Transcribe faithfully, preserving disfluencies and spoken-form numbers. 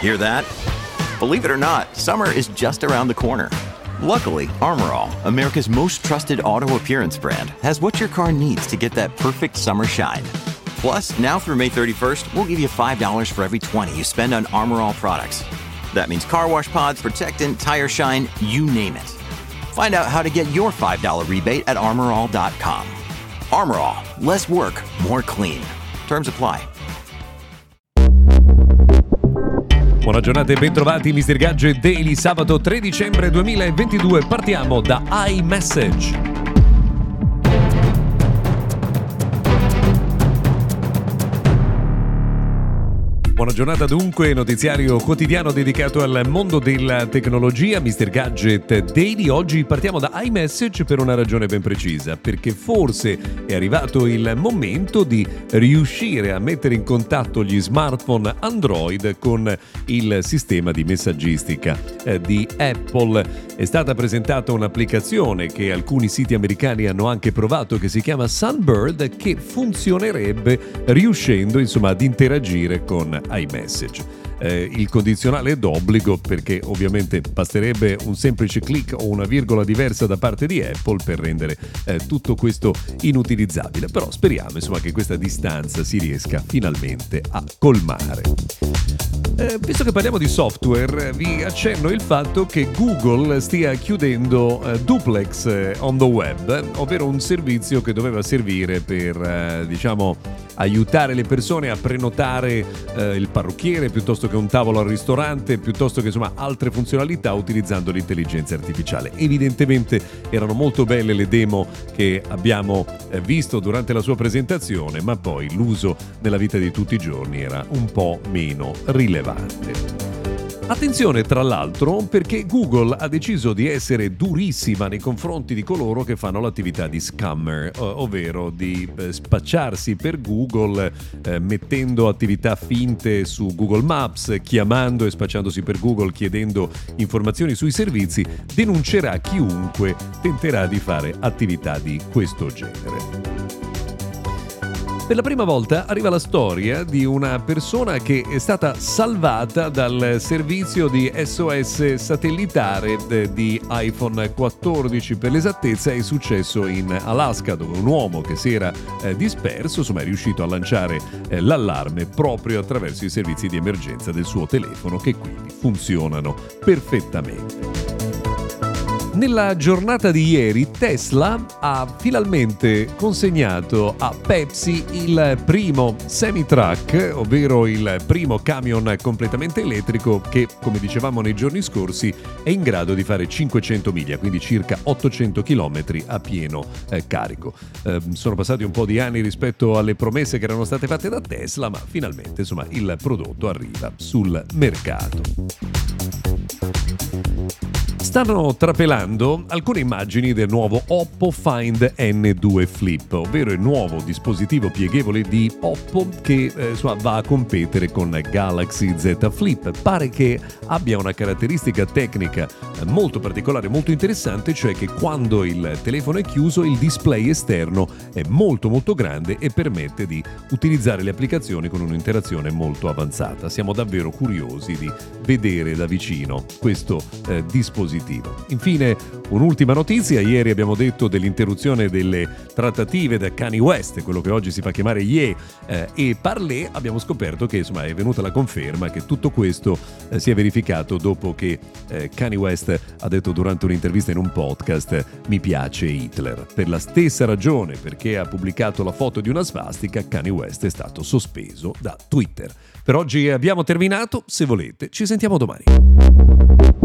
Hear that? Believe it or not, summer is just around the corner. Luckily, Armor All, America's most trusted auto appearance brand, has what your car needs to get that perfect summer shine. Plus, now through May thirty-first, we'll give you five dollars for every twenty you spend on Armor All products. That means car wash pods, protectant, tire shine, you name it. Find out how to get your five dollars rebate at armor all dot com. Armor All, less work, more clean. Terms apply. Buona giornata e bentrovati, mister Gadget Daily, sabato tre dicembre duemilaventidue. Partiamo da iMessage. Buona giornata dunque, notiziario quotidiano dedicato al mondo della tecnologia, mister Gadget Daily. Oggi partiamo da iMessage per una ragione ben precisa, perché forse è arrivato il momento di riuscire a mettere in contatto gli smartphone Android con il sistema di messaggistica eh, di Apple. È stata presentata un'applicazione che alcuni siti americani hanno anche provato, che si chiama Sunbird, che funzionerebbe riuscendo insomma ad interagire con iMessage. Eh, il condizionale è d'obbligo, perché ovviamente basterebbe un semplice click o una virgola diversa da parte di Apple per rendere eh, tutto questo inutilizzabile, però speriamo insomma che questa distanza si riesca finalmente a colmare. Eh, visto che parliamo di software, vi accenno il fatto che Google stia chiudendo eh, Duplex eh, on the web, ovvero un servizio che doveva servire per eh, diciamo aiutare le persone a prenotare eh, il parrucchiere piuttosto che un tavolo al ristorante, piuttosto che insomma altre funzionalità utilizzando l'intelligenza artificiale. Evidentemente erano molto belle le demo che abbiamo eh, visto durante la sua presentazione, ma poi l'uso nella vita di tutti i giorni era un po' meno rilevante. Attenzione tra l'altro, perché Google ha deciso di essere durissima nei confronti di coloro che fanno l'attività di scammer, ovvero di eh, spacciarsi per Google eh, mettendo attività finte su Google Maps, chiamando e spacciandosi per Google, chiedendo informazioni sui servizi. Denuncerà chiunque tenterà di fare attività di questo genere. Per la prima volta arriva la storia di una persona che è stata salvata dal servizio di S O S satellitare di iPhone quattordici. Per l'esattezza è successo in Alaska, dove un uomo che si era eh, disperso insomma è riuscito a lanciare eh, l'allarme proprio attraverso i servizi di emergenza del suo telefono, che quindi funzionano perfettamente. Nella giornata di ieri Tesla ha finalmente consegnato a Pepsi il primo semi-truck, ovvero il primo camion completamente elettrico che, come dicevamo nei giorni scorsi, è in grado di fare cinquecento miglia, quindi circa ottocento chilometri a pieno eh, carico. Eh, sono passati un po' di anni rispetto alle promesse che erano state fatte da Tesla, ma finalmente insomma il prodotto arriva sul mercato. Stanno trapelando alcune immagini del nuovo Oppo Find N due Flip, ovvero il nuovo dispositivo pieghevole di Oppo che eh, insomma, va a competere con Galaxy Z Flip. Pare che abbia una caratteristica tecnica molto particolare, molto interessante, cioè che quando il telefono è chiuso il display esterno è molto molto grande e permette di utilizzare le applicazioni con un'interazione molto avanzata. Siamo davvero curiosi di vedere da vicino questo eh, dispositivo. Infine, un'ultima notizia: ieri abbiamo detto dell'interruzione delle trattative da Kanye West, quello che oggi si fa chiamare Ye, eh, e Parlé. Abbiamo scoperto che insomma è venuta la conferma che tutto questo eh, si è verificato dopo che eh, Kanye West ha detto durante un'intervista in un podcast: mi piace Hitler. Per la stessa ragione, perché ha pubblicato la foto di una svastica, Kanye West è stato sospeso da Twitter. Per oggi abbiamo terminato, se volete ci sentiamo domani.